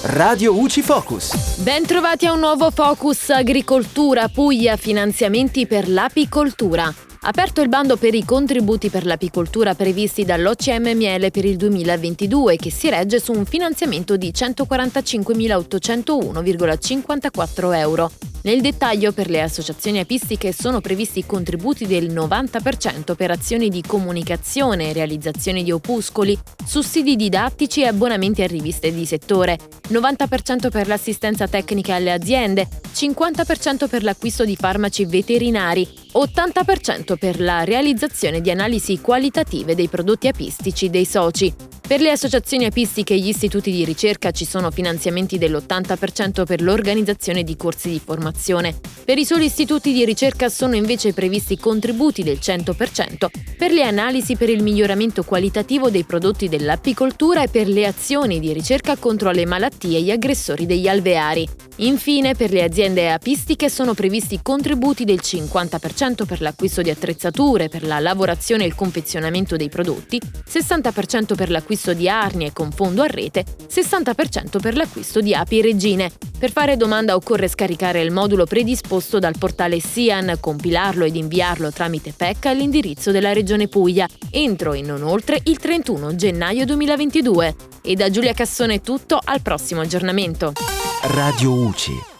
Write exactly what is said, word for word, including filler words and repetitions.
Radio U C I Focus. Ben trovati a un nuovo Focus Agricoltura Puglia, finanziamenti per l'apicoltura. Aperto il bando per i contributi per l'apicoltura previsti dall'O C M Miele per il duemilaventidue, che si regge su un finanziamento di centoquarantacinquemilaottocentouno virgola cinquantaquattro euro. Nel dettaglio, per le associazioni apistiche sono previsti contributi del novanta per cento per azioni di comunicazione, realizzazione di opuscoli, sussidi didattici e abbonamenti a riviste di settore, novanta per cento per l'assistenza tecnica alle aziende, cinquanta per cento per l'acquisto di farmaci veterinari, ottanta per cento per la realizzazione di analisi qualitative dei prodotti apistici dei soci. Per le associazioni apistiche e gli istituti di ricerca ci sono finanziamenti dell'ottanta per cento per l'organizzazione di corsi di formazione. Per i soli istituti di ricerca sono invece previsti contributi del cento per cento per le analisi per il miglioramento qualitativo dei prodotti dell'apicoltura e per le azioni di ricerca contro le malattie e gli aggressori degli alveari. Infine, per le aziende apistiche sono previsti contributi del cinquanta per cento per l'acquisto di attrezzature, per la lavorazione e il confezionamento dei prodotti, sessanta per cento per l'acquisto di arnie con fondo a rete, sessanta per cento per l'acquisto di api regine. Per fare domanda occorre scaricare il modulo predisposto dal portale SIAN, compilarlo ed inviarlo tramite P E C all'indirizzo della Regione Puglia, entro e non oltre il trentuno gennaio duemilaventidue. E da Giulia Cassone è tutto, al prossimo aggiornamento. Radio U C I.